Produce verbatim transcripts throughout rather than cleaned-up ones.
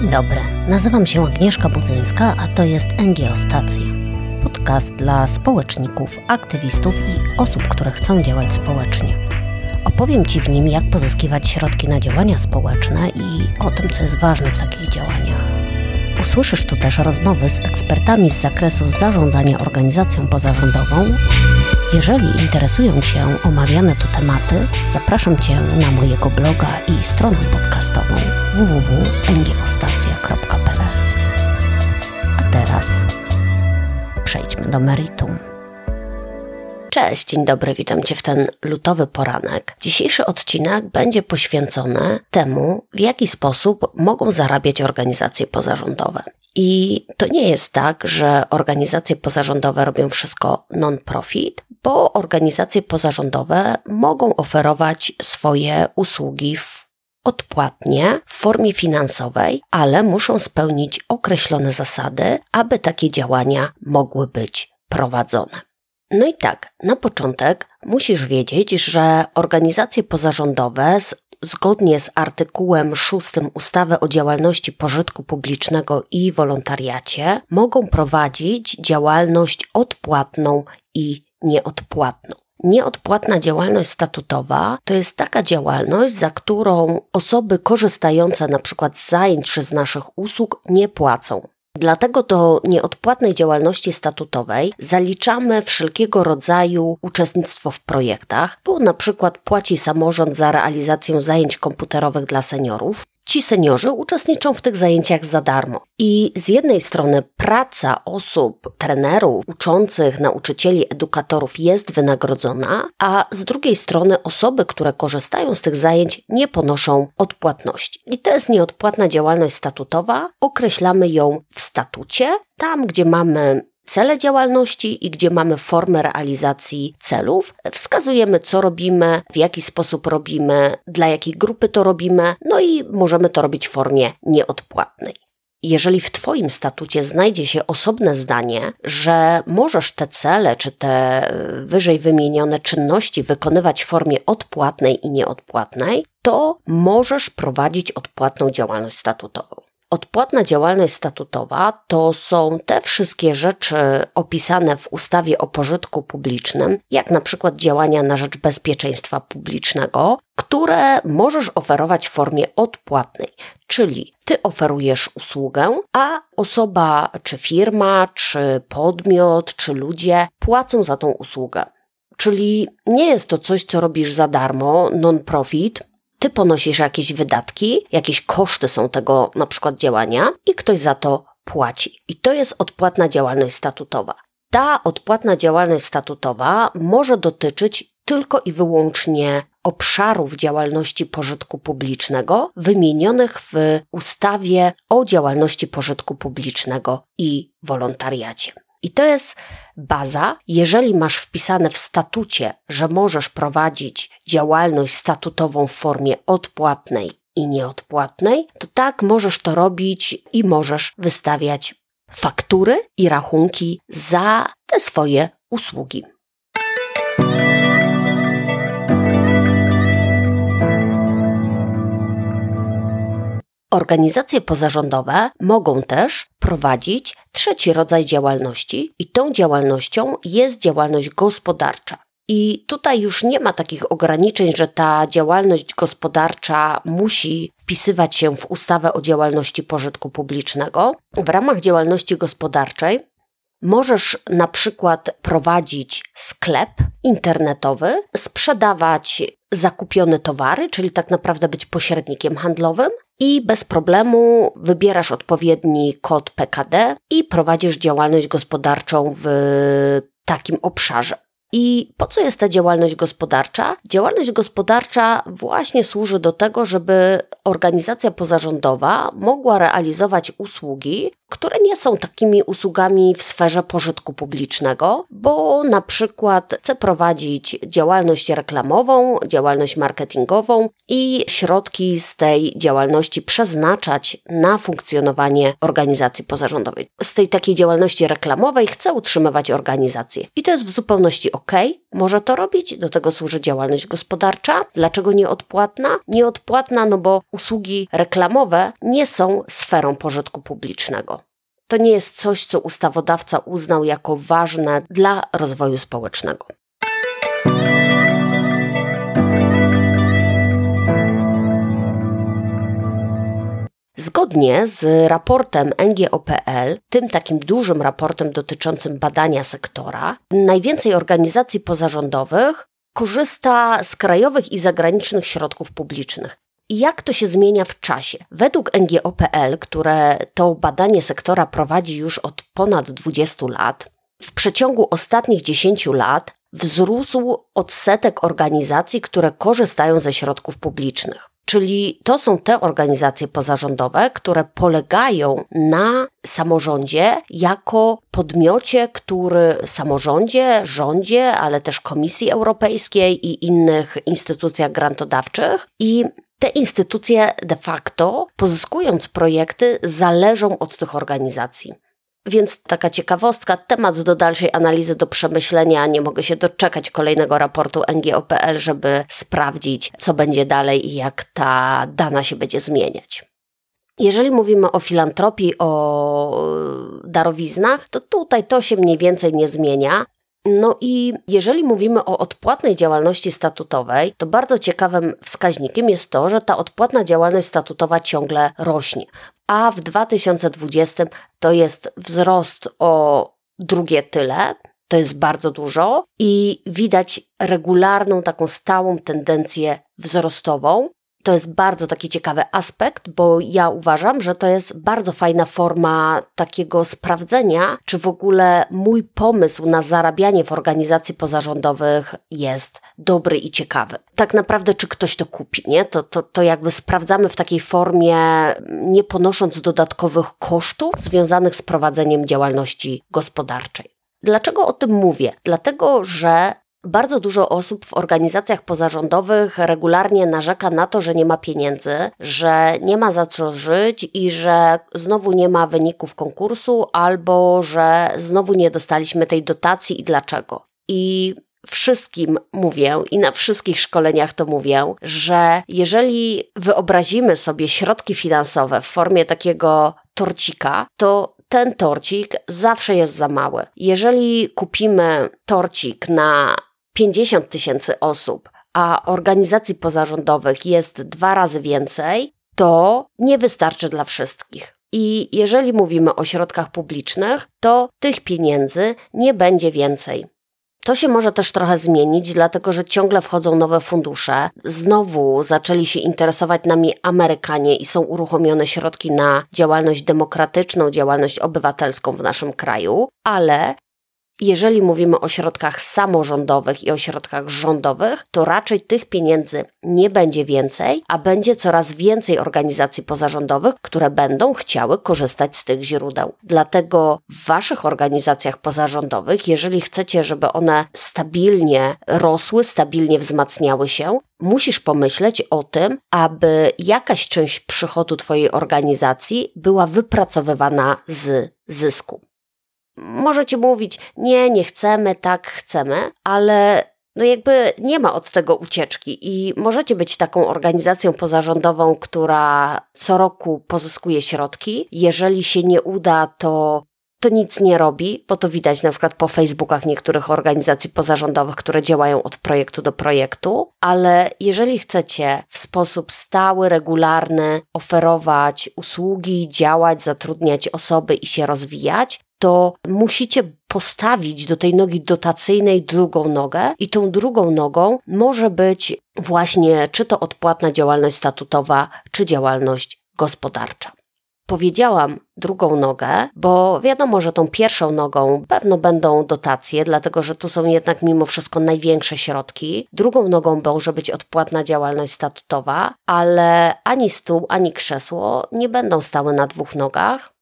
dobry, nazywam się Agnieszka Budzyńska, a to jest N G O Stacja. Podcast dla społeczników, aktywistów i osób, które chcą działać społecznie. Opowiem Ci w nim, jak pozyskiwać środki na działania społeczne i o tym, co jest ważne w takich działaniach. Usłyszysz tu też rozmowy z ekspertami z zakresu zarządzania organizacją pozarządową. Jeżeli interesują Cię omawiane tu tematy, zapraszam Cię na mojego bloga i stronę podcastową w w w kropka n g o stacja kropka p l. A teraz przejdźmy do meritum. Cześć, dzień dobry, witam Cię w ten lutowy poranek. Dzisiejszy odcinek będzie poświęcony temu, w jaki sposób mogą zarabiać organizacje pozarządowe. I to nie jest tak, że organizacje pozarządowe robią wszystko non-profit, bo organizacje pozarządowe mogą oferować swoje usługi w odpłatnie, w formie finansowej, ale muszą spełnić określone zasady, aby takie działania mogły być prowadzone. No i tak, na początek musisz wiedzieć, że organizacje pozarządowe z, zgodnie z artykułem szóstym ustawy o działalności pożytku publicznego i wolontariacie mogą prowadzić działalność odpłatną i nieodpłatną. Nieodpłatna działalność statutowa to jest taka działalność, za którą osoby korzystające na przykład z zajęć czy z naszych usług nie płacą. Dlatego do nieodpłatnej działalności statutowej zaliczamy wszelkiego rodzaju uczestnictwo w projektach, bo na przykład płaci samorząd za realizację zajęć komputerowych dla seniorów. Ci seniorzy uczestniczą w tych zajęciach za darmo. I z jednej strony praca osób, trenerów, uczących, nauczycieli, edukatorów jest wynagrodzona, a z drugiej strony osoby, które korzystają z tych zajęć, nie ponoszą odpłatności. I to jest nieodpłatna działalność statutowa. Określamy ją w statucie, tam gdzie mamy cele działalności i gdzie mamy formę realizacji celów. Wskazujemy, co robimy, w jaki sposób robimy, dla jakiej grupy to robimy, no i możemy to robić w formie nieodpłatnej. Jeżeli w Twoim statucie znajdzie się osobne zdanie, że możesz te cele czy te wyżej wymienione czynności wykonywać w formie odpłatnej i nieodpłatnej, to możesz prowadzić odpłatną działalność statutową. Odpłatna działalność statutowa to są te wszystkie rzeczy opisane w ustawie o pożytku publicznym, jak na przykład działania na rzecz bezpieczeństwa publicznego, które możesz oferować w formie odpłatnej, czyli Ty oferujesz usługę, a osoba, czy firma, czy podmiot, czy ludzie płacą za tą usługę. Czyli nie jest to coś, co robisz za darmo, non-profit. Ty ponosisz jakieś wydatki, jakieś koszty są tego na przykład działania i ktoś za to płaci. I to jest odpłatna działalność statutowa. Ta odpłatna działalność statutowa może dotyczyć tylko i wyłącznie obszarów działalności pożytku publicznego wymienionych w ustawie o działalności pożytku publicznego i wolontariacie. I to jest baza, jeżeli masz wpisane w statucie, że możesz prowadzić działalność statutową w formie odpłatnej i nieodpłatnej, to tak możesz to robić i możesz wystawiać faktury i rachunki za te swoje usługi. Organizacje pozarządowe mogą też prowadzić trzeci rodzaj działalności i tą działalnością jest działalność gospodarcza. I tutaj już nie ma takich ograniczeń, że ta działalność gospodarcza musi wpisywać się w ustawę o działalności pożytku publicznego. W ramach działalności gospodarczej możesz na przykład prowadzić sklep internetowy, sprzedawać zakupione towary, czyli tak naprawdę być pośrednikiem handlowym i bez problemu wybierasz odpowiedni kod P K D i prowadzisz działalność gospodarczą w takim obszarze. I po co jest ta działalność gospodarcza? Działalność gospodarcza właśnie służy do tego, żeby organizacja pozarządowa mogła realizować usługi, które nie są takimi usługami w sferze pożytku publicznego, bo na przykład chce prowadzić działalność reklamową, działalność marketingową i środki z tej działalności przeznaczać na funkcjonowanie organizacji pozarządowej. Z tej takiej działalności reklamowej chce utrzymywać organizację. I to jest w zupełności okej, może to robić, do tego służy działalność gospodarcza. Dlaczego nieodpłatna? Nieodpłatna, no bo usługi reklamowe nie są sferą pożytku publicznego. To nie jest coś, co ustawodawca uznał jako ważne dla rozwoju społecznego. Zgodnie z raportem N G O P L, tym takim dużym raportem dotyczącym badania sektora, najwięcej organizacji pozarządowych korzysta z krajowych i zagranicznych środków publicznych. I jak to się zmienia w czasie? Według N G O P L, które to badanie sektora prowadzi już od ponad dwudziestu lat, w przeciągu ostatnich dziesięciu lat wzrósł odsetek organizacji, które korzystają ze środków publicznych. Czyli to są te organizacje pozarządowe, które polegają na samorządzie jako podmiocie, który samorządzie, rządzie, ale też Komisji Europejskiej i innych instytucjach grantodawczych i te instytucje de facto, pozyskując projekty, zależą od tych organizacji. Więc taka ciekawostka, temat do dalszej analizy, do przemyślenia. Nie mogę się doczekać kolejnego raportu N G O P L, żeby sprawdzić, co będzie dalej i jak ta dana się będzie zmieniać. Jeżeli mówimy o filantropii, o darowiznach, to tutaj to się mniej więcej nie zmienia. No i jeżeli mówimy o odpłatnej działalności statutowej, to bardzo ciekawym wskaźnikiem jest to, że ta odpłatna działalność statutowa ciągle rośnie. A w dwa tysiące dwudziestym to jest wzrost o drugie tyle, to jest bardzo dużo i widać regularną, taką stałą tendencję wzrostową. To jest bardzo taki ciekawy aspekt, bo ja uważam, że to jest bardzo fajna forma takiego sprawdzenia, czy w ogóle mój pomysł na zarabianie w organizacji pozarządowych jest dobry i ciekawy. Tak naprawdę, czy ktoś to kupi, nie? To, to, to jakby sprawdzamy w takiej formie, nie ponosząc dodatkowych kosztów związanych z prowadzeniem działalności gospodarczej. Dlaczego o tym mówię? Dlatego, że bardzo dużo osób w organizacjach pozarządowych regularnie narzeka na to, że nie ma pieniędzy, że nie ma za co żyć i że znowu nie ma wyników konkursu albo że znowu nie dostaliśmy tej dotacji i dlaczego. I wszystkim mówię i na wszystkich szkoleniach to mówię, że jeżeli wyobrazimy sobie środki finansowe w formie takiego torcika, to ten torcik zawsze jest za mały. Jeżeli kupimy torcik na pięćdziesiąt tysięcy osób, a organizacji pozarządowych jest dwa razy więcej, to nie wystarczy dla wszystkich. I jeżeli mówimy o środkach publicznych, to tych pieniędzy nie będzie więcej. To się może też trochę zmienić, dlatego że ciągle wchodzą nowe fundusze. Znowu zaczęli się interesować nami Amerykanie i są uruchomione środki na działalność demokratyczną, działalność obywatelską w naszym kraju, ale jeżeli mówimy o środkach samorządowych i o środkach rządowych, to raczej tych pieniędzy nie będzie więcej, a będzie coraz więcej organizacji pozarządowych, które będą chciały korzystać z tych źródeł. Dlatego w waszych organizacjach pozarządowych, jeżeli chcecie, żeby one stabilnie rosły, stabilnie wzmacniały się, musisz pomyśleć o tym, aby jakaś część przychodu twojej organizacji była wypracowywana z zysku. Możecie mówić, nie, nie chcemy, tak chcemy, ale no jakby nie ma od tego ucieczki i możecie być taką organizacją pozarządową, która co roku pozyskuje środki. Jeżeli się nie uda, to to nic nie robi, bo to widać na przykład po Facebookach niektórych organizacji pozarządowych, które działają od projektu do projektu, ale jeżeli chcecie w sposób stały, regularny oferować usługi, działać, zatrudniać osoby i się rozwijać, to musicie postawić do tej nogi dotacyjnej drugą nogę i tą drugą nogą może być właśnie czy to odpłatna działalność statutowa, czy działalność gospodarcza. Powiedziałam drugą nogę, bo wiadomo, że tą pierwszą nogą pewno będą dotacje, dlatego że tu są jednak mimo wszystko największe środki. Drugą nogą może być odpłatna działalność statutowa, ale ani stół, ani krzesło nie będą stały na dwóch nogach.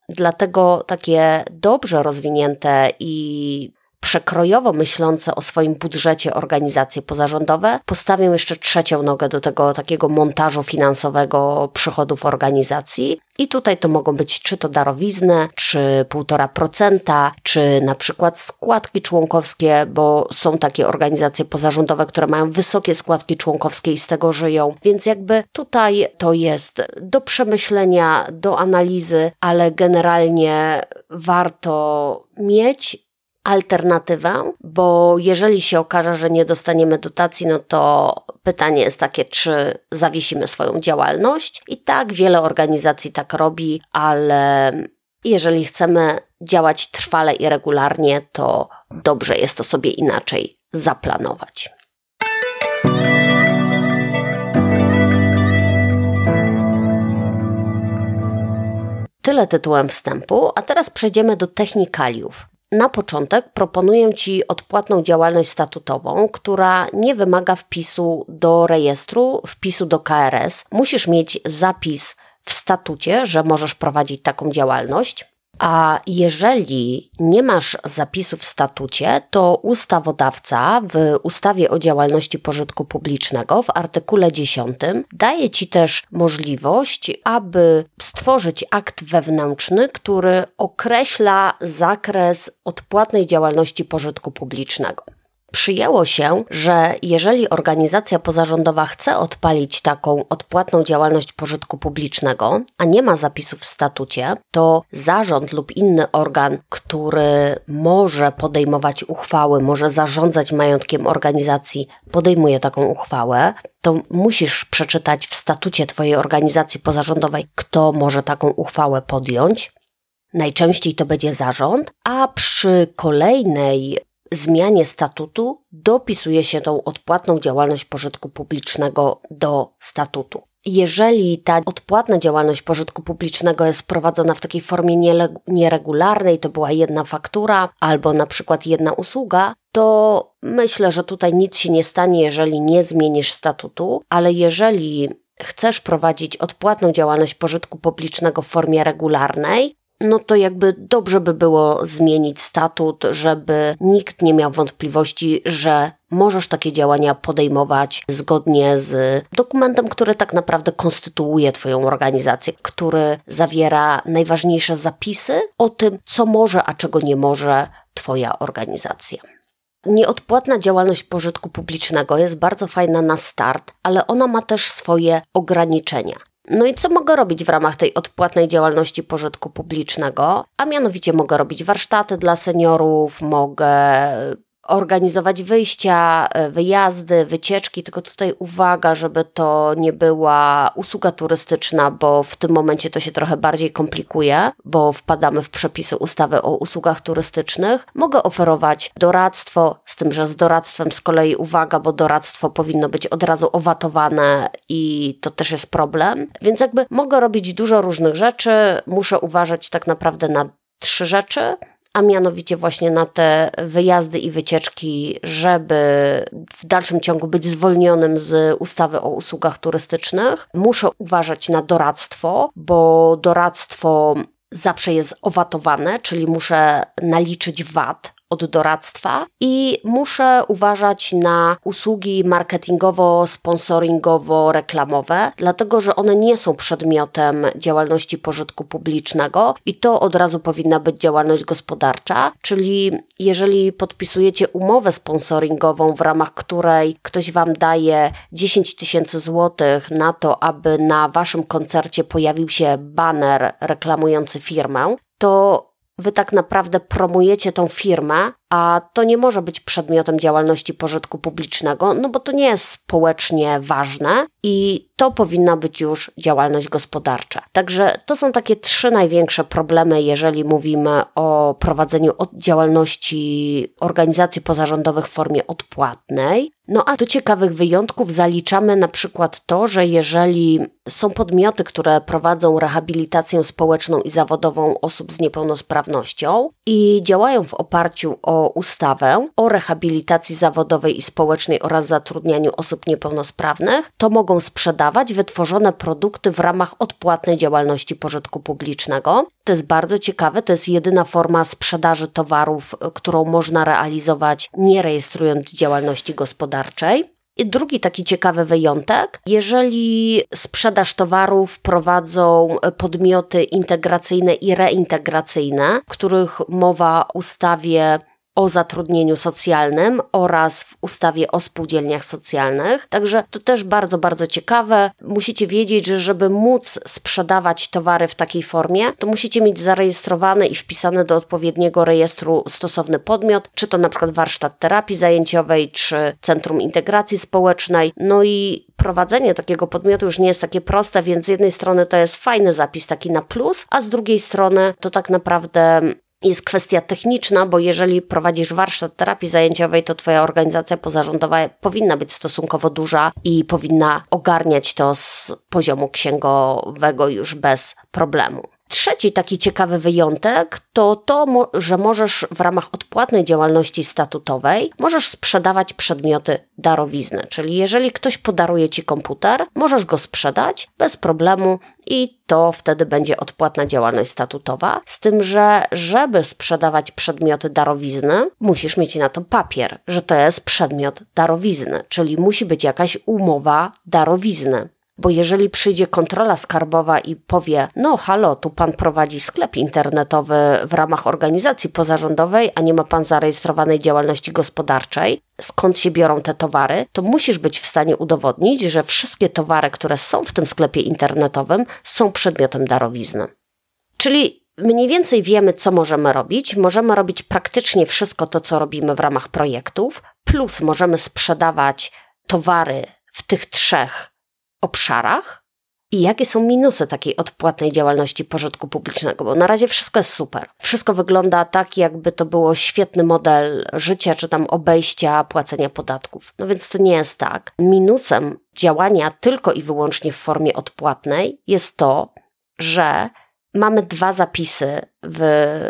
Dlatego takie dobrze rozwinięte i przekrojowo myślące o swoim budżecie organizacje pozarządowe postawią jeszcze trzecią nogę do tego takiego montażu finansowego przychodów organizacji i tutaj to mogą być czy to darowizny, czy półtora procenta, czy na przykład składki członkowskie, bo są takie organizacje pozarządowe, które mają wysokie składki członkowskie i z tego żyją, więc jakby tutaj to jest do przemyślenia, do analizy, ale generalnie warto mieć alternatywę, bo jeżeli się okaże, że nie dostaniemy dotacji, no to pytanie jest takie, czy zawiesimy swoją działalność. I tak wiele organizacji tak robi, ale jeżeli chcemy działać trwale i regularnie, to dobrze jest to sobie inaczej zaplanować. Tyle tytułem wstępu, a teraz przejdziemy do technikaliów. Na początek proponuję Ci odpłatną działalność statutową, która nie wymaga wpisu do rejestru, wpisu do K R S. Musisz mieć zapis w statucie, że możesz prowadzić taką działalność. A jeżeli nie masz zapisu w statucie, to ustawodawca w ustawie o działalności pożytku publicznego w artykule dziesiątym daje Ci też możliwość, aby stworzyć akt wewnętrzny, który określa zakres odpłatnej działalności pożytku publicznego. Przyjęło się, że jeżeli organizacja pozarządowa chce odpalić taką odpłatną działalność pożytku publicznego, a nie ma zapisów w statucie, to zarząd lub inny organ, który może podejmować uchwały, może zarządzać majątkiem organizacji, podejmuje taką uchwałę, to musisz przeczytać w statucie Twojej organizacji pozarządowej, kto może taką uchwałę podjąć. Najczęściej to będzie zarząd, a przy kolejnej zmianie statutu dopisuje się tą odpłatną działalność pożytku publicznego do statutu. Jeżeli ta odpłatna działalność pożytku publicznego jest prowadzona w takiej formie nieregularnej, to była jedna faktura albo na przykład jedna usługa, to myślę, że tutaj nic się nie stanie, jeżeli nie zmienisz statutu, ale jeżeli chcesz prowadzić odpłatną działalność pożytku publicznego w formie regularnej, no to jakby dobrze by było zmienić statut, żeby nikt nie miał wątpliwości, że możesz takie działania podejmować zgodnie z dokumentem, który tak naprawdę konstytuuje Twoją organizację, który zawiera najważniejsze zapisy o tym, co może, a czego nie może Twoja organizacja. Nieodpłatna działalność pożytku publicznego jest bardzo fajna na start, ale ona ma też swoje ograniczenia. No i co mogę robić w ramach tej odpłatnej działalności pożytku publicznego? A mianowicie mogę robić warsztaty dla seniorów, mogę organizować wyjścia, wyjazdy, wycieczki, tylko tutaj uwaga, żeby to nie była usługa turystyczna, bo w tym momencie to się trochę bardziej komplikuje, bo wpadamy w przepisy ustawy o usługach turystycznych. Mogę oferować doradztwo, z tym, że z doradztwem z kolei uwaga, bo doradztwo powinno być od razu owatowane i to też jest problem. Więc jakby mogę robić dużo różnych rzeczy, muszę uważać tak naprawdę na trzy rzeczy, a mianowicie właśnie na te wyjazdy i wycieczki, żeby w dalszym ciągu być zwolnionym z ustawy o usługach turystycznych. Muszę uważać na doradztwo, bo doradztwo zawsze jest owatowane, czyli muszę naliczyć V A T od doradztwa i muszę uważać na usługi marketingowo-sponsoringowo-reklamowe, dlatego że one nie są przedmiotem działalności pożytku publicznego i to od razu powinna być działalność gospodarcza, czyli jeżeli podpisujecie umowę sponsoringową, w ramach której ktoś Wam daje dziesięć tysięcy złotych na to, aby na Waszym koncercie pojawił się baner reklamujący firmę, to Wy tak naprawdę promujecie tą firmę, a to nie może być przedmiotem działalności pożytku publicznego, no bo to nie jest społecznie ważne i to powinna być już działalność gospodarcza. Także to są takie trzy największe problemy, jeżeli mówimy o prowadzeniu działalności organizacji pozarządowych w formie odpłatnej. No a do ciekawych wyjątków zaliczamy na przykład to, że jeżeli są podmioty, które prowadzą rehabilitację społeczną i zawodową osób z niepełnosprawnością i działają w oparciu o ustawę o rehabilitacji zawodowej i społecznej oraz zatrudnianiu osób niepełnosprawnych, to mogą sprzedawać wytworzone produkty w ramach odpłatnej działalności pożytku publicznego. To jest bardzo ciekawe, to jest jedyna forma sprzedaży towarów, którą można realizować nie rejestrując działalności gospodarczej. I drugi taki ciekawy wyjątek, jeżeli sprzedaż towarów prowadzą podmioty integracyjne i reintegracyjne, których mowa w ustawie o zatrudnieniu socjalnym oraz w ustawie o spółdzielniach socjalnych. Także to też bardzo, bardzo ciekawe. Musicie wiedzieć, że żeby móc sprzedawać towary w takiej formie, to musicie mieć zarejestrowany i wpisany do odpowiedniego rejestru stosowny podmiot, czy to na przykład warsztat terapii zajęciowej, czy Centrum Integracji Społecznej. No i prowadzenie takiego podmiotu już nie jest takie proste, więc z jednej strony to jest fajny zapis taki na plus, a z drugiej strony to tak naprawdę jest kwestia techniczna, bo jeżeli prowadzisz warsztat terapii zajęciowej, to twoja organizacja pozarządowa powinna być stosunkowo duża i powinna ogarniać to z poziomu księgowego już bez problemu. Trzeci taki ciekawy wyjątek to to, że możesz w ramach odpłatnej działalności statutowej możesz sprzedawać przedmioty darowizny, czyli jeżeli ktoś podaruje ci komputer, możesz go sprzedać bez problemu i to wtedy będzie odpłatna działalność statutowa, z tym, że żeby sprzedawać przedmioty darowizny, musisz mieć na to papier, że to jest przedmiot darowizny, czyli musi być jakaś umowa darowizny. Bo jeżeli przyjdzie kontrola skarbowa i powie, no halo, tu pan prowadzi sklep internetowy w ramach organizacji pozarządowej, a nie ma pan zarejestrowanej działalności gospodarczej, skąd się biorą te towary, to musisz być w stanie udowodnić, że wszystkie towary, które są w tym sklepie internetowym, są przedmiotem darowizny. Czyli mniej więcej wiemy, co możemy robić. Możemy robić praktycznie wszystko to, co robimy w ramach projektów, plus możemy sprzedawać towary w tych trzech obszarach i jakie są minusy takiej odpłatnej działalności pożytku publicznego, bo na razie wszystko jest super. Wszystko wygląda tak, jakby to było świetny model życia, czy tam obejścia płacenia podatków. No więc to nie jest tak. Minusem działania tylko i wyłącznie w formie odpłatnej jest to, że mamy dwa zapisy w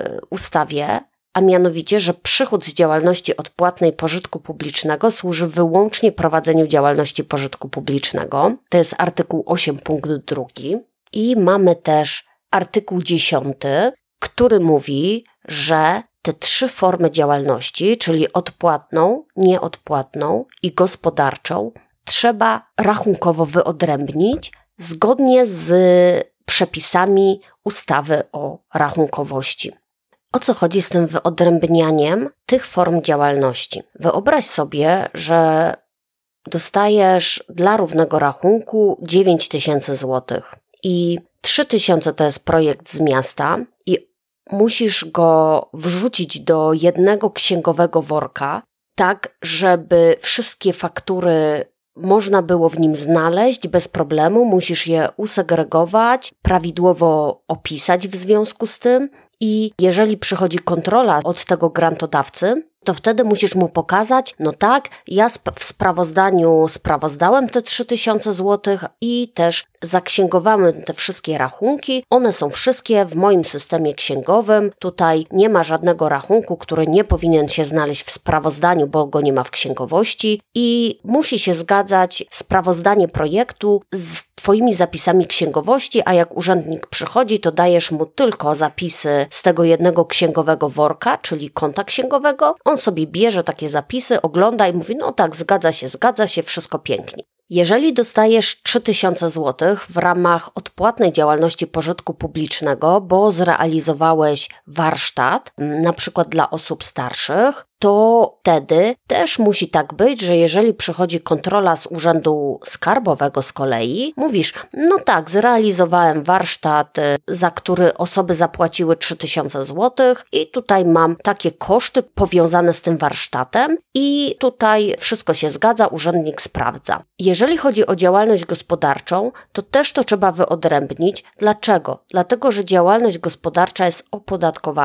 ustawie, a mianowicie, że przychód z działalności odpłatnej pożytku publicznego służy wyłącznie prowadzeniu działalności pożytku publicznego. To jest artykuł osiem punkt drugi. I mamy też artykuł dziesiąty, który mówi, że te trzy formy działalności, czyli odpłatną, nieodpłatną i gospodarczą, trzeba rachunkowo wyodrębnić zgodnie z przepisami ustawy o rachunkowości. O co chodzi z tym wyodrębnianiem tych form działalności? Wyobraź sobie, że dostajesz dla równego rachunku dziewięć tysięcy złotych i trzy tysiące to jest projekt z miasta i musisz go wrzucić do jednego księgowego worka, tak żeby wszystkie faktury można było w nim znaleźć bez problemu, musisz je usegregować, prawidłowo opisać w związku z tym. I jeżeli przychodzi kontrola od tego grantodawcy, to wtedy musisz mu pokazać, no tak, ja sp- w sprawozdaniu sprawozdałem te trzy tysiące złotych i też zaksięgowałem te wszystkie rachunki. One są wszystkie w moim systemie księgowym. Tutaj nie ma żadnego rachunku, który nie powinien się znaleźć w sprawozdaniu, bo go nie ma w księgowości i musi się zgadzać sprawozdanie projektu z Twoimi zapisami księgowości, a jak urzędnik przychodzi, to dajesz mu tylko zapisy z tego jednego księgowego worka, czyli konta księgowego. On sobie bierze takie zapisy, ogląda i mówi, no tak, zgadza się, zgadza się, wszystko pięknie. Jeżeli dostajesz trzy tysiące złotych w ramach odpłatnej działalności pożytku publicznego, bo zrealizowałeś warsztat, na przykład dla osób starszych, to wtedy też musi tak być, że jeżeli przychodzi kontrola z Urzędu Skarbowego z kolei, mówisz, no tak, zrealizowałem warsztat, za który osoby zapłaciły trzy tysiące złotych i tutaj mam takie koszty powiązane z tym warsztatem i tutaj wszystko się zgadza, urzędnik sprawdza. Jeżeli chodzi o działalność gospodarczą, to też to trzeba wyodrębnić. Dlaczego? Dlatego, że działalność gospodarcza jest opodatkowana.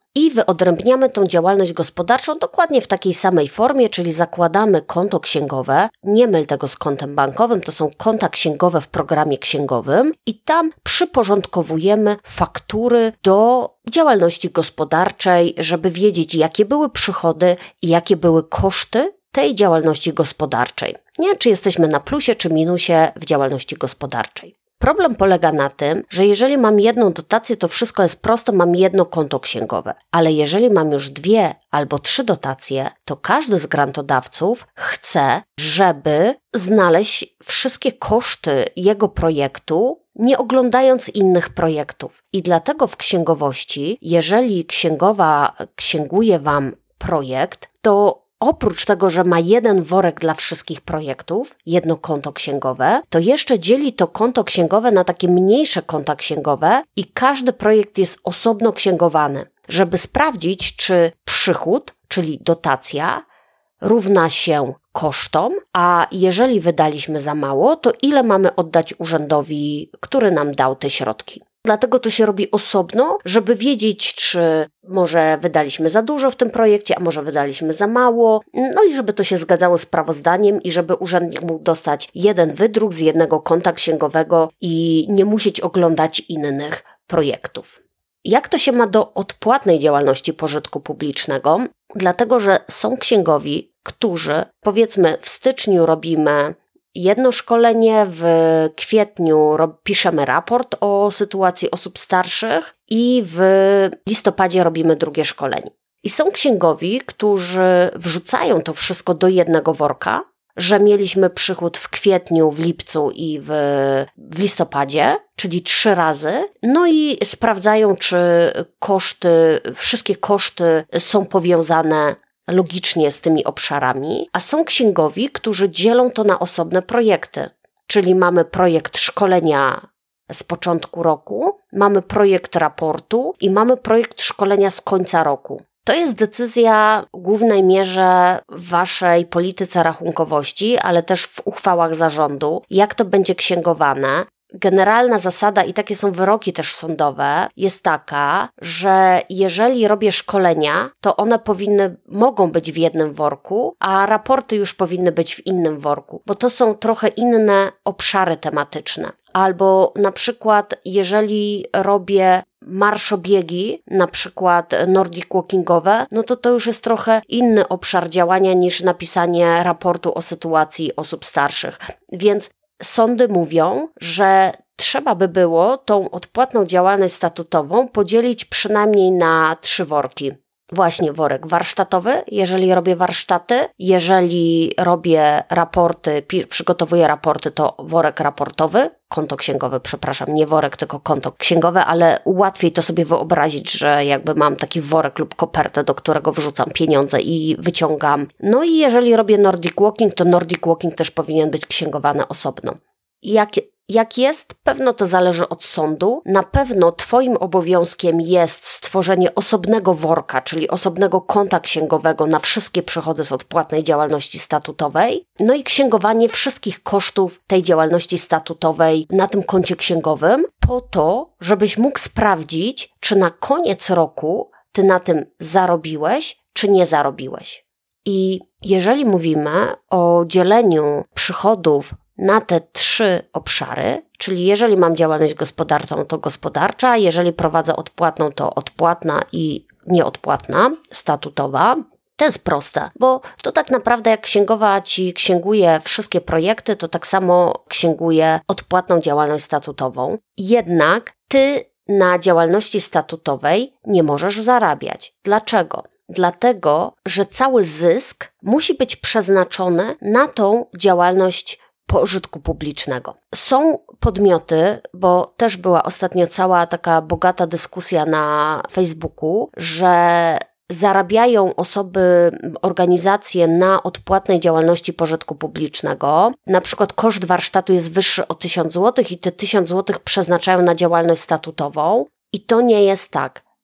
i wyodrębniamy tą działalność gospodarczą dokładnie w takiej samej formie, czyli zakładamy konto księgowe, nie myl tego z kontem bankowym, to są konta księgowe w programie księgowym i tam przyporządkowujemy faktury do działalności gospodarczej, żeby wiedzieć, jakie były przychody i jakie były koszty tej działalności gospodarczej. Nie, czy jesteśmy na plusie czy minusie w działalności gospodarczej. Problem polega na tym, że jeżeli mam jedną dotację, to wszystko jest prosto, mam jedno konto księgowe. Ale jeżeli mam już dwie albo trzy dotacje, to każdy z grantodawców chce, żeby znaleźć wszystkie koszty jego projektu, nie oglądając innych projektów. I dlatego w księgowości, jeżeli księgowa księguje Wam projekt, to oprócz tego, że ma jeden worek dla wszystkich projektów, jedno konto księgowe, to jeszcze dzieli to konto księgowe na takie mniejsze konta księgowe i każdy projekt jest osobno księgowany, żeby sprawdzić, czy przychód, czyli dotacja, równa się kosztom, a jeżeli wydaliśmy za mało, to ile mamy oddać urzędowi, który nam dał te środki. Dlatego to się robi osobno, żeby wiedzieć, czy może wydaliśmy za dużo w tym projekcie, a może wydaliśmy za mało, no i żeby to się zgadzało z sprawozdaniem i żeby urzędnik mógł dostać jeden wydruk z jednego konta księgowego i nie musieć oglądać innych projektów. Jak to się ma do odpłatnej działalności pożytku publicznego? Dlatego, że są księgowi, którzy powiedzmy w styczniu robimy jedno szkolenie, w kwietniu piszemy raport o sytuacji osób starszych i w listopadzie robimy drugie szkolenie. I są księgowi, którzy wrzucają to wszystko do jednego worka, że mieliśmy przychód w kwietniu, w lipcu i w, w listopadzie, czyli trzy razy, no i sprawdzają, czy koszty, wszystkie koszty są powiązane logicznie z tymi obszarami, a są księgowi, którzy dzielą to na osobne projekty. Czyli mamy projekt szkolenia z początku roku, mamy projekt raportu i mamy projekt szkolenia z końca roku. To jest decyzja w głównej mierze w Waszej polityce rachunkowości, ale też w uchwałach zarządu, jak to będzie księgowane. Generalna zasada, i takie są wyroki też sądowe, jest taka, że jeżeli robię szkolenia, to one powinny, mogą być w jednym worku, a raporty już powinny być w innym worku, bo to są trochę inne obszary tematyczne. Albo na przykład, jeżeli robię marszobiegi, na przykład Nordic Walkingowe, no to to już jest trochę inny obszar działania niż napisanie raportu o sytuacji osób starszych. Więc sądy mówią, że trzeba by było tą odpłatną działalność statutową podzielić przynajmniej na trzy worki. Właśnie worek warsztatowy, jeżeli robię warsztaty, jeżeli robię raporty, pi- przygotowuję raporty, to worek raportowy, konto księgowe, przepraszam, nie worek, tylko konto księgowe, ale łatwiej to sobie wyobrazić, że jakby mam taki worek lub kopertę, do którego wrzucam pieniądze i wyciągam. No i jeżeli robię Nordic Walking, to Nordic Walking też powinien być księgowany osobno. Jak Jak jest? Pewno to zależy od sądu. Na pewno Twoim obowiązkiem jest stworzenie osobnego worka, czyli osobnego konta księgowego na wszystkie przychody z odpłatnej działalności statutowej, no i księgowanie wszystkich kosztów tej działalności statutowej na tym koncie księgowym, po to, żebyś mógł sprawdzić, czy na koniec roku Ty na tym zarobiłeś, czy nie zarobiłeś. I jeżeli mówimy o dzieleniu przychodów na te trzy obszary, czyli jeżeli mam działalność gospodarczą, to gospodarcza, jeżeli prowadzę odpłatną, to odpłatna i nieodpłatna, statutowa. To jest proste, bo to tak naprawdę jak księgowa Ci księguje wszystkie projekty, to tak samo księguje odpłatną działalność statutową. Jednak Ty na działalności statutowej nie możesz zarabiać. Dlaczego? Dlatego, że cały zysk musi być przeznaczony na tą działalność pożytku publicznego. Są podmioty, bo też była ostatnio cała taka bogata dyskusja na Facebooku, że zarabiają osoby, organizacje na odpłatnej działalności pożytku publicznego. Na przykład koszt warsztatu jest wyższy o tysiąc złotych i te tysiąc złotych przeznaczają na działalność statutową. I to nie jest tak.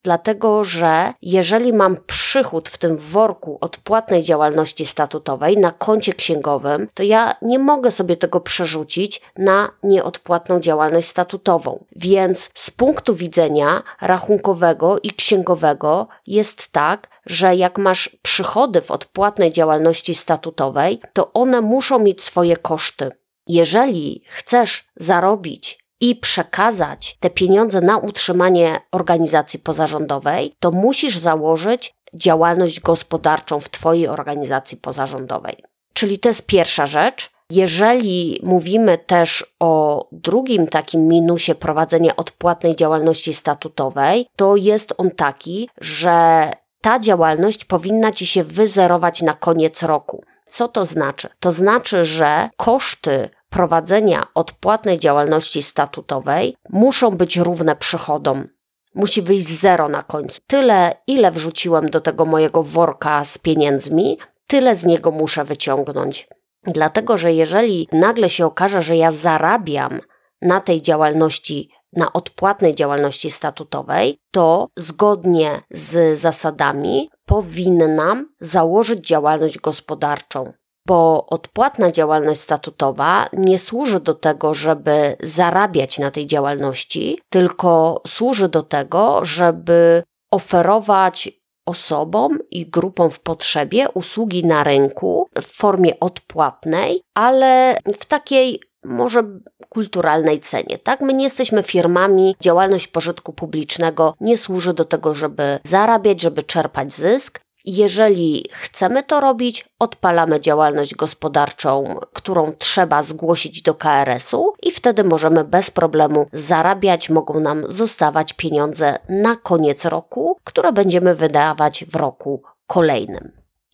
Dlatego, że jeżeli mam przychód w tym worku odpłatnej działalności statutowej na koncie księgowym, to ja nie mogę sobie tego przerzucić na nieodpłatną działalność statutową. Więc z punktu widzenia rachunkowego i księgowego jest tak, że jak masz przychody w odpłatnej działalności statutowej, to one muszą mieć swoje koszty. Jeżeli chcesz zarobić i przekazać te pieniądze na utrzymanie organizacji pozarządowej, to musisz założyć działalność gospodarczą w Twojej organizacji pozarządowej. Czyli to jest pierwsza rzecz. Jeżeli mówimy też o drugim takim minusie prowadzenia odpłatnej działalności statutowej, to jest on taki, że ta działalność powinna Ci się wyzerować na koniec roku. Co to znaczy? To znaczy, że koszty prowadzenia odpłatnej działalności statutowej muszą być równe przychodom. Musi wyjść zero na końcu. Tyle, ile wrzuciłem do tego mojego worka z pieniędzmi, tyle z niego muszę wyciągnąć. Dlatego, że jeżeli nagle się okaże, że ja zarabiam na tej działalności, na odpłatnej działalności statutowej, to zgodnie z zasadami powinnam założyć działalność gospodarczą. Bo odpłatna działalność statutowa nie służy do tego, żeby zarabiać na tej działalności, tylko służy do tego, żeby oferować osobom i grupom w potrzebie usługi na rynku w formie odpłatnej, ale w takiej może kulturalnej cenie, tak? My nie jesteśmy firmami, działalność pożytku publicznego nie służy do tego, żeby zarabiać, żeby czerpać zysk. Jeżeli chcemy to robić, odpalamy działalność gospodarczą, którą trzeba zgłosić do K R S u i wtedy możemy bez problemu zarabiać, mogą nam zostawać pieniądze na koniec roku, które będziemy wydawać w roku kolejnym.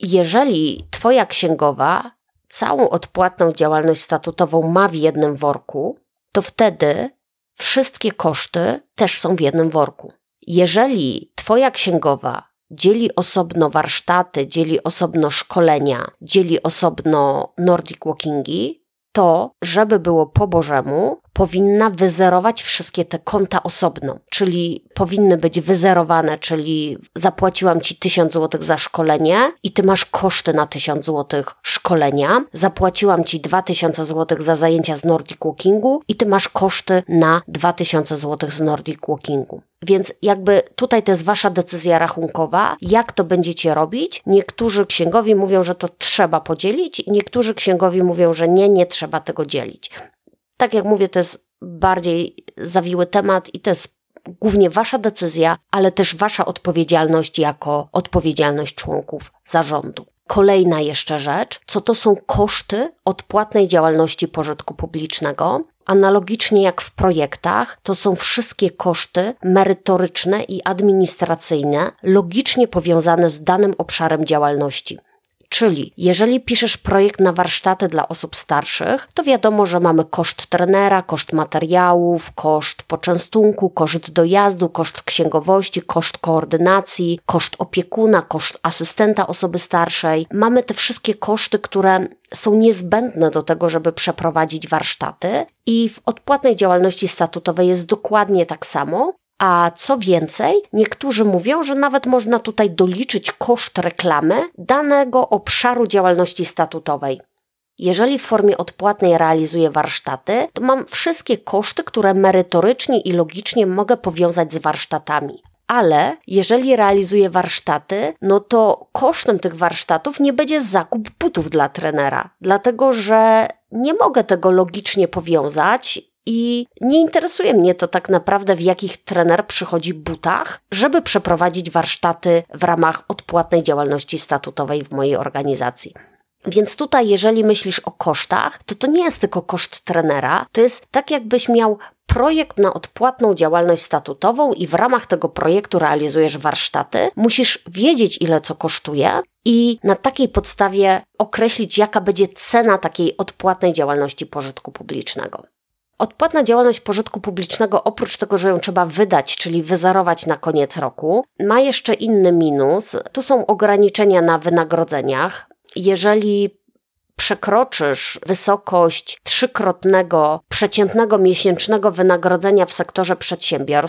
Jeżeli Twoja księgowa całą odpłatną działalność statutową ma w jednym worku, to wtedy wszystkie koszty też są w jednym worku. Jeżeli Twoja księgowa dzieli osobno warsztaty, dzieli osobno szkolenia, dzieli osobno Nordic Walkingi, to, żeby było po Bożemu, powinna wyzerować wszystkie te konta osobno, czyli powinny być wyzerowane, czyli zapłaciłam Ci tysiąc złotych za szkolenie i Ty masz koszty na tysiąc złotych szkolenia, zapłaciłam Ci dwa tysiące złotych za zajęcia z Nordic Walkingu i Ty masz koszty na dwa tysiące złotych z Nordic Walkingu. Więc jakby tutaj to jest Wasza decyzja rachunkowa, jak to będziecie robić. Niektórzy księgowi mówią, że to trzeba podzielić, niektórzy księgowi mówią, że nie, nie trzeba tego dzielić. Tak jak mówię, to jest bardziej zawiły temat i to jest głównie Wasza decyzja, ale też Wasza odpowiedzialność jako odpowiedzialność członków zarządu. Kolejna jeszcze rzecz, co to są koszty odpłatnej działalności pożytku publicznego. Analogicznie jak w projektach, to są wszystkie koszty merytoryczne i administracyjne, logicznie powiązane z danym obszarem działalności. Czyli jeżeli piszesz projekt na warsztaty dla osób starszych, to wiadomo, że mamy koszt trenera, koszt materiałów, koszt poczęstunku, koszt dojazdu, koszt księgowości, koszt koordynacji, koszt opiekuna, koszt asystenta osoby starszej. Mamy te wszystkie koszty, które są niezbędne do tego, żeby przeprowadzić warsztaty i w odpłatnej działalności statutowej jest dokładnie tak samo. A co więcej, niektórzy mówią, że nawet można tutaj doliczyć koszt reklamy danego obszaru działalności statutowej. Jeżeli w formie odpłatnej realizuję warsztaty, to mam wszystkie koszty, które merytorycznie i logicznie mogę powiązać z warsztatami. Ale jeżeli realizuję warsztaty, no to kosztem tych warsztatów nie będzie zakup butów dla trenera, dlatego że nie mogę tego logicznie powiązać i nie interesuje mnie to tak naprawdę, w jakich trener przychodzi butach, żeby przeprowadzić warsztaty w ramach odpłatnej działalności statutowej w mojej organizacji. Więc tutaj, jeżeli myślisz o kosztach, to to nie jest tylko koszt trenera, to jest tak, jakbyś miał projekt na odpłatną działalność statutową i w ramach tego projektu realizujesz warsztaty. Musisz wiedzieć, ile co kosztuje i na takiej podstawie określić, jaka będzie cena takiej odpłatnej działalności pożytku publicznego. Odpłatna działalność pożytku publicznego, oprócz tego, że ją trzeba wydać, czyli wyzerować na koniec roku, ma jeszcze inny minus. Tu są ograniczenia na wynagrodzeniach. Jeżeli przekroczysz wysokość trzykrotnego przeciętnego miesięcznego wynagrodzenia w sektorze przedsiębiorstw,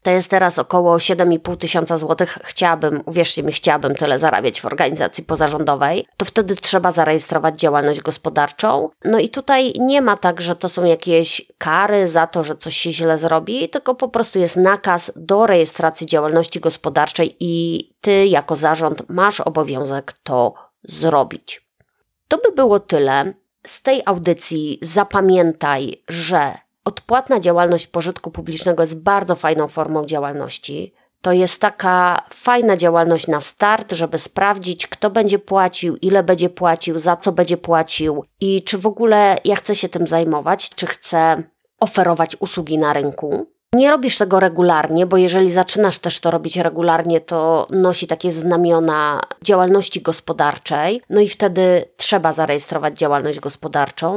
to jest teraz około siedem i pół tysiąca złotych. Chciałabym, uwierzcie mi, chciałabym tyle zarabiać w organizacji pozarządowej. To wtedy trzeba zarejestrować działalność gospodarczą. No i tutaj nie ma tak, że to są jakieś kary za to, że coś się źle zrobi, tylko po prostu jest nakaz do rejestracji działalności gospodarczej i ty jako zarząd masz obowiązek to zrobić. To by było tyle. Z tej audycji zapamiętaj, że odpłatna działalność pożytku publicznego jest bardzo fajną formą działalności. To jest taka fajna działalność na start, żeby sprawdzić, kto będzie płacił, ile będzie płacił, za co będzie płacił i czy w ogóle ja chcę się tym zajmować, czy chcę oferować usługi na rynku. Nie robisz tego regularnie, bo jeżeli zaczynasz też to robić regularnie, to nosi takie znamiona działalności gospodarczej, no i wtedy trzeba zarejestrować działalność gospodarczą.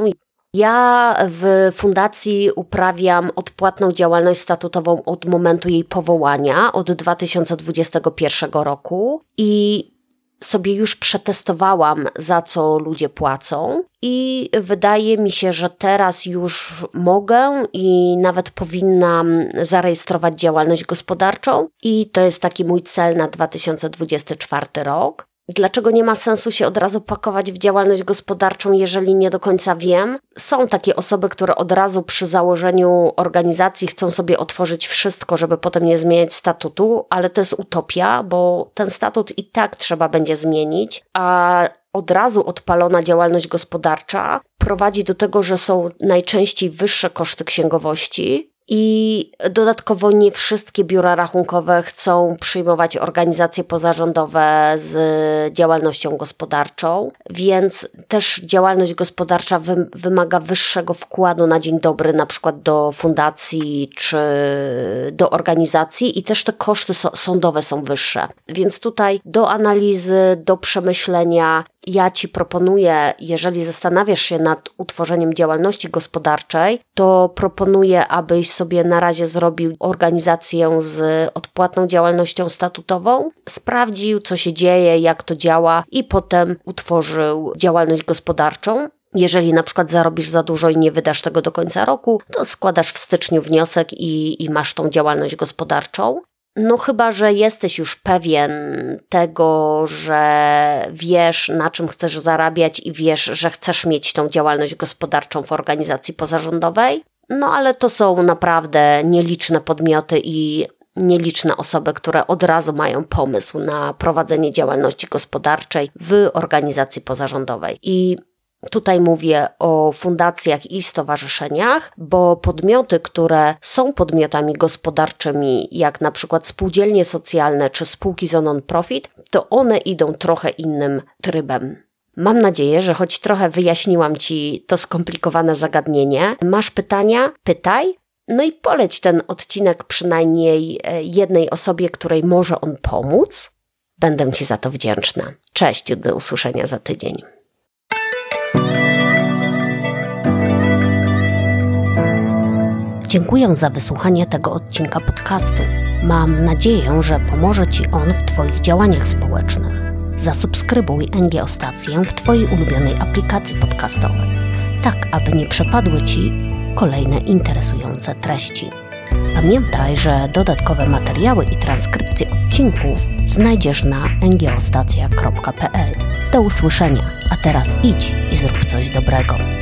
Ja w fundacji uprawiam odpłatną działalność statutową od momentu jej powołania, od dwa tysiące dwudziestego pierwszego roku i sobie już przetestowałam, za co ludzie płacą i wydaje mi się, że teraz już mogę i nawet powinnam zarejestrować działalność gospodarczą i to jest taki mój cel na dwa tysiące dwudziesty czwarty rok. Dlaczego nie ma sensu się od razu pakować w działalność gospodarczą, jeżeli nie do końca wiem? Są takie osoby, które od razu przy założeniu organizacji chcą sobie otworzyć wszystko, żeby potem nie zmieniać statutu, ale to jest utopia, bo ten statut i tak trzeba będzie zmienić, a od razu odpalona działalność gospodarcza prowadzi do tego, że są najczęściej wyższe koszty księgowości, i dodatkowo nie wszystkie biura rachunkowe chcą przyjmować organizacje pozarządowe z działalnością gospodarczą, więc też działalność gospodarcza wy- wymaga wyższego wkładu na dzień dobry, na przykład do fundacji czy do organizacji i też te koszty so- sądowe są wyższe. Więc tutaj do analizy, do przemyślenia ja Ci proponuję, jeżeli zastanawiasz się nad utworzeniem działalności gospodarczej, to proponuję, abyś sobie na razie zrobił organizację z odpłatną działalnością statutową, sprawdził, co się dzieje, jak to działa i potem utworzył działalność gospodarczą. Jeżeli na przykład zarobisz za dużo i nie wydasz tego do końca roku, to składasz w styczniu wniosek i, i masz tą działalność gospodarczą. No chyba, że jesteś już pewien tego, że wiesz, na czym chcesz zarabiać i wiesz, że chcesz mieć tą działalność gospodarczą w organizacji pozarządowej. No ale to są naprawdę nieliczne podmioty i nieliczne osoby, które od razu mają pomysł na prowadzenie działalności gospodarczej w organizacji pozarządowej. I tutaj mówię o fundacjach i stowarzyszeniach, bo podmioty, które są podmiotami gospodarczymi, jak na przykład spółdzielnie socjalne czy spółki za non-profit, to one idą trochę innym trybem. Mam nadzieję, że choć trochę wyjaśniłam Ci to skomplikowane zagadnienie. Masz pytania? Pytaj. No i poleć ten odcinek przynajmniej jednej osobie, której może on pomóc. Będę Ci za to wdzięczna. Cześć, do usłyszenia za tydzień. Dziękuję za wysłuchanie tego odcinka podcastu. Mam nadzieję, że pomoże Ci on w Twoich działaniach społecznych. Zasubskrybuj NGO-stację w Twojej ulubionej aplikacji podcastowej, tak aby nie przepadły Ci kolejne interesujące treści. Pamiętaj, że dodatkowe materiały i transkrypcje odcinków znajdziesz na n g o stacja kropka p l. Do usłyszenia, a teraz idź i zrób coś dobrego.